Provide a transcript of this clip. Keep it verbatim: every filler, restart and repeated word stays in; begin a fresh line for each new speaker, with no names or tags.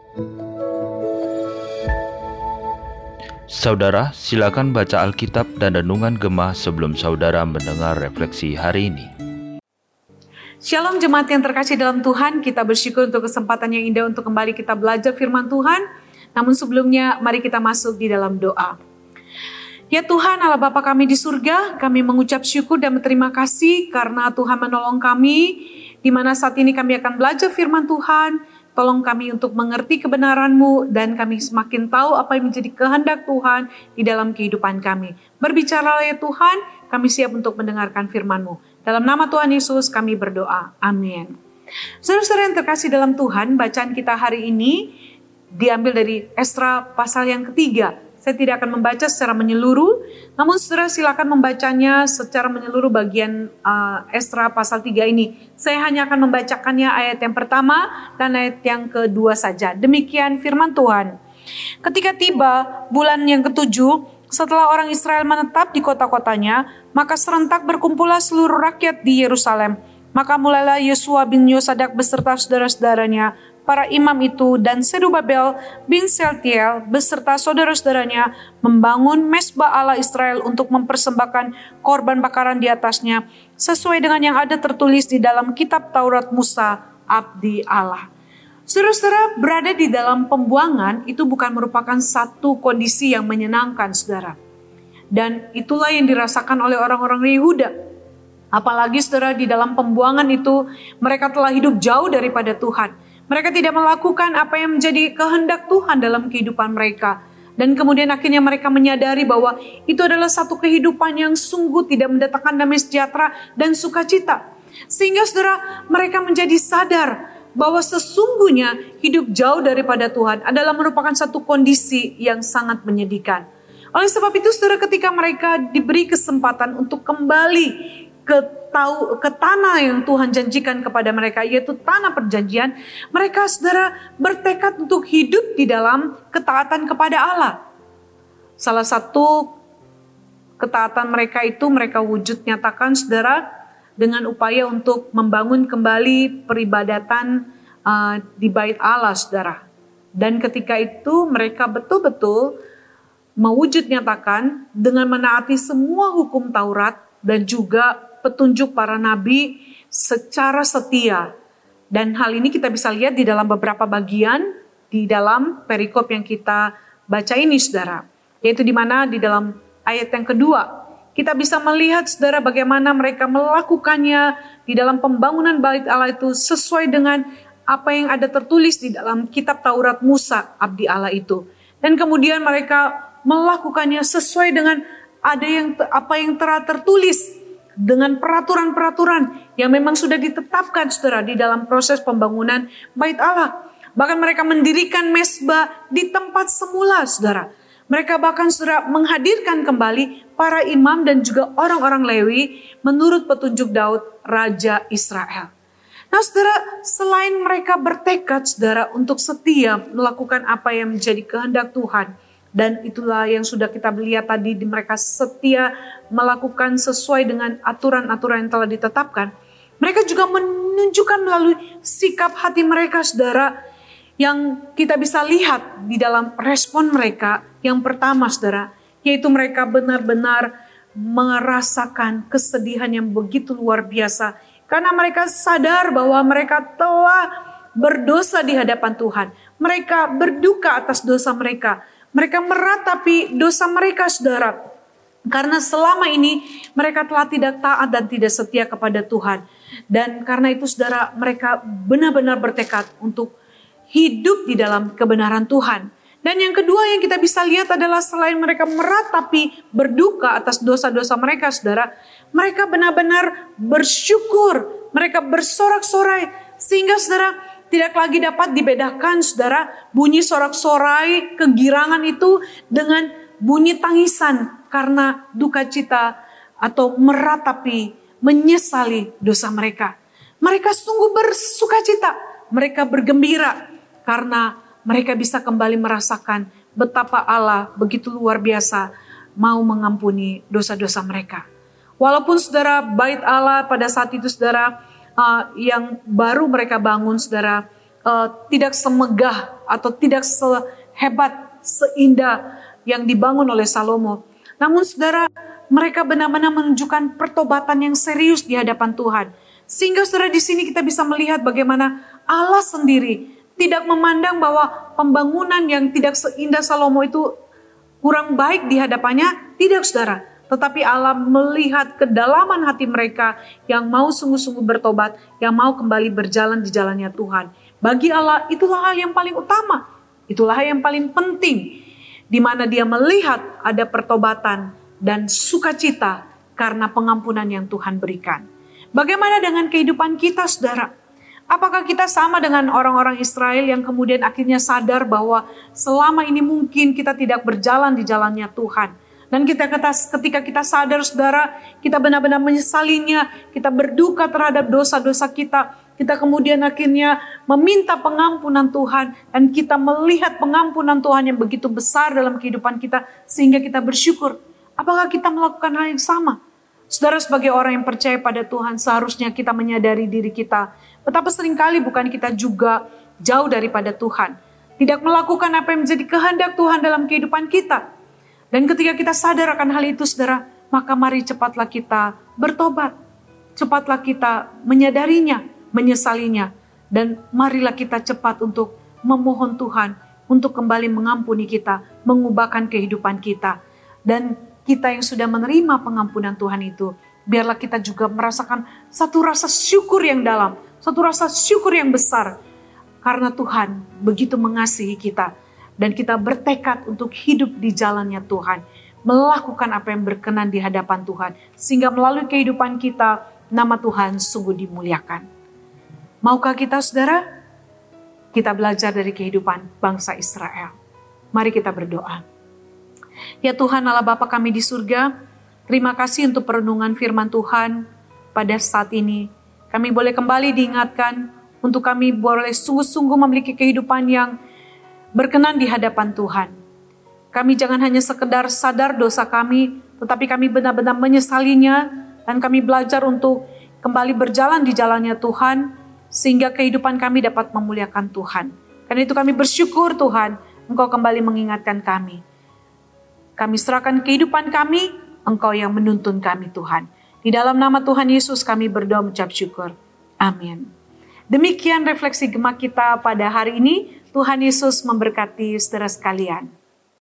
Saudara, silakan baca Alkitab dan Renungan Gemah sebelum saudara mendengar refleksi hari ini.
Shalom jemaat yang terkasih dalam Tuhan, kita bersyukur untuk kesempatan yang indah untuk kembali kita belajar firman Tuhan. Namun sebelumnya, mari kita masuk di dalam doa. Ya Tuhan, Allah Bapa kami di surga, kami mengucap syukur dan berterima kasih karena Tuhan menolong kami, di mana saat ini kami akan belajar firman Tuhan. Tolong kami untuk mengerti kebenaran-Mu dan kami semakin tahu apa yang menjadi kehendak Tuhan di dalam kehidupan kami. Berbicaralah ya Tuhan, kami siap untuk mendengarkan firman-Mu. Dalam nama Tuhan Yesus kami berdoa. Amin. Saudara-saudara yang terkasih dalam Tuhan, bacaan kita hari ini diambil dari Esra pasal yang ketiga. Saya tidak akan membaca secara menyeluruh, namun saudara silakan membacanya secara menyeluruh bagian uh, Esra pasal tiga ini. Saya hanya akan membacakannya ayat yang pertama dan ayat yang kedua saja. Demikian firman Tuhan. Ketika tiba bulan yang ketujuh, setelah orang Israel menetap di kota-kotanya, maka serentak berkumpullah seluruh rakyat di Yerusalem. Maka mulailah Yosua bin Yosadak beserta saudara-saudaranya, para imam itu, dan Zerubabel bin Sealtiel beserta saudara-saudaranya membangun mezbah Allah Israel untuk mempersembahkan korban bakaran di atasnya, sesuai dengan yang ada tertulis di dalam kitab Taurat Musa, abdi Allah. Saudara-saudara, berada di dalam pembuangan itu bukan merupakan satu kondisi yang menyenangkan, saudara. Dan itulah yang dirasakan oleh orang-orang Yehuda. Apalagi saudara, di dalam pembuangan itu mereka telah hidup jauh daripada Tuhan. Mereka tidak melakukan apa yang menjadi kehendak Tuhan dalam kehidupan mereka. Dan kemudian akhirnya mereka menyadari bahwa itu adalah satu kehidupan yang sungguh tidak mendatangkan damai sejahtera dan sukacita. Sehingga saudara, mereka menjadi sadar bahwa sesungguhnya hidup jauh daripada Tuhan adalah merupakan satu kondisi yang sangat menyedihkan. Oleh sebab itu saudara, ketika mereka diberi kesempatan untuk kembali ke tahu ke tanah yang Tuhan janjikan kepada mereka, yaitu tanah perjanjian, mereka saudara bertekad untuk hidup di dalam ketaatan kepada Allah. Salah satu ketaatan mereka itu mereka wujud nyatakan saudara dengan upaya untuk membangun kembali peribadatan uh, di bait Allah saudara. Dan ketika itu mereka betul-betul mewujud nyatakan dengan menaati semua hukum Taurat dan juga petunjuk para nabi secara setia. Dan hal ini kita bisa lihat di dalam beberapa bagian di dalam perikop yang kita baca ini saudara. Yaitu di mana di dalam ayat yang kedua kita bisa melihat saudara bagaimana mereka melakukannya di dalam pembangunan bait Allah itu sesuai dengan apa yang ada tertulis di dalam kitab Taurat Musa, abdi Allah itu. Dan kemudian mereka melakukannya sesuai dengan ada yang apa yang telah tertulis dengan peraturan-peraturan yang memang sudah ditetapkan saudara di dalam proses pembangunan bait Allah. Bahkan mereka mendirikan mezbah di tempat semula saudara. Mereka bahkan saudara menghadirkan kembali para imam dan juga orang-orang Lewi menurut petunjuk Daud, Raja Israel. Nah saudara, selain mereka bertekad saudara untuk setia melakukan apa yang menjadi kehendak Tuhan, dan itulah yang sudah kita lihat tadi, di mereka setia melakukan sesuai dengan aturan-aturan yang telah ditetapkan. Mereka juga menunjukkan melalui sikap hati mereka saudara, yang kita bisa lihat di dalam respon mereka. Yang pertama saudara, yaitu mereka benar-benar merasakan kesedihan yang begitu luar biasa. Karena mereka sadar bahwa mereka telah berdosa di hadapan Tuhan. Mereka berduka atas dosa mereka. Mereka meratapi dosa mereka saudara. Karena selama ini mereka telah tidak taat dan tidak setia kepada Tuhan. Dan karena itu saudara, mereka benar-benar bertekad untuk hidup di dalam kebenaran Tuhan. Dan yang kedua yang kita bisa lihat adalah selain mereka meratapi berduka atas dosa-dosa mereka saudara, mereka benar-benar bersyukur, mereka bersorak-sorai. Sehingga saudara, tidak lagi dapat dibedakan saudara bunyi sorak-sorai kegirangan itu dengan bunyi tangisan karena duka cita atau meratapi, menyesali dosa mereka. Mereka sungguh bersuka cita, mereka bergembira karena mereka bisa kembali merasakan betapa Allah begitu luar biasa mau mengampuni dosa-dosa mereka. Walaupun saudara bait Allah pada saat itu saudara Uh, yang baru mereka bangun saudara, uh, tidak semegah atau tidak sehebat, seindah yang dibangun oleh Salomo. Namun saudara, mereka benar-benar menunjukkan pertobatan yang serius di hadapan Tuhan. Sehingga saudara di sini kita bisa melihat bagaimana Allah sendiri tidak memandang bahwa pembangunan yang tidak seindah Salomo itu kurang baik di hadapannya. Tidak saudara. Tetapi Allah melihat kedalaman hati mereka yang mau sungguh-sungguh bertobat, yang mau kembali berjalan di jalannya Tuhan. Bagi Allah itulah hal yang paling utama. Itulah hal yang paling penting. Di mana dia melihat ada pertobatan dan sukacita karena pengampunan yang Tuhan berikan. Bagaimana dengan kehidupan kita saudara? Apakah kita sama dengan orang-orang Israel yang kemudian akhirnya sadar bahwa selama ini mungkin kita tidak berjalan di jalannya Tuhan. Dan kita ketika kita sadar saudara, kita benar-benar menyesalinya, kita berduka terhadap dosa-dosa kita. Kita kemudian akhirnya meminta pengampunan Tuhan. Dan kita melihat pengampunan Tuhan yang begitu besar dalam kehidupan kita sehingga kita bersyukur. Apakah kita melakukan hal yang sama? Saudara, sebagai orang yang percaya pada Tuhan, seharusnya kita menyadari diri kita. Betapa seringkali bukan kita juga jauh daripada Tuhan. Tidak melakukan apa yang menjadi kehendak Tuhan dalam kehidupan kita. Dan ketika kita sadar akan hal itu saudara, maka mari cepatlah kita bertobat. Cepatlah kita menyadarinya, menyesalinya. Dan marilah kita cepat untuk memohon Tuhan untuk kembali mengampuni kita, mengubahkan kehidupan kita. Dan kita yang sudah menerima pengampunan Tuhan itu, biarlah kita juga merasakan satu rasa syukur yang dalam, satu rasa syukur yang besar. Karena Tuhan begitu mengasihi kita. Dan kita bertekad untuk hidup di jalannya Tuhan. Melakukan apa yang berkenan di hadapan Tuhan. Sehingga melalui kehidupan kita, nama Tuhan sungguh dimuliakan. Maukah kita saudara? Kita belajar dari kehidupan bangsa Israel. Mari kita berdoa. Ya Tuhan Allah Bapa kami di surga, terima kasih untuk perenungan firman Tuhan pada saat ini. Kami boleh kembali diingatkan untuk kami boleh sungguh-sungguh memiliki kehidupan yang berkenan di hadapan Tuhan. Kami jangan hanya sekedar sadar dosa kami, tetapi kami benar-benar menyesalinya dan kami belajar untuk kembali berjalan di jalannya Tuhan sehingga kehidupan kami dapat memuliakan Tuhan. Karena itu kami bersyukur Tuhan, Engkau kembali mengingatkan kami. Kami serahkan kehidupan kami, Engkau yang menuntun kami Tuhan. Di dalam nama Tuhan Yesus kami berdoa mengucap syukur. Amin. Demikian refleksi Gema kita pada hari ini. Tuhan Yesus memberkati saudara sekalian.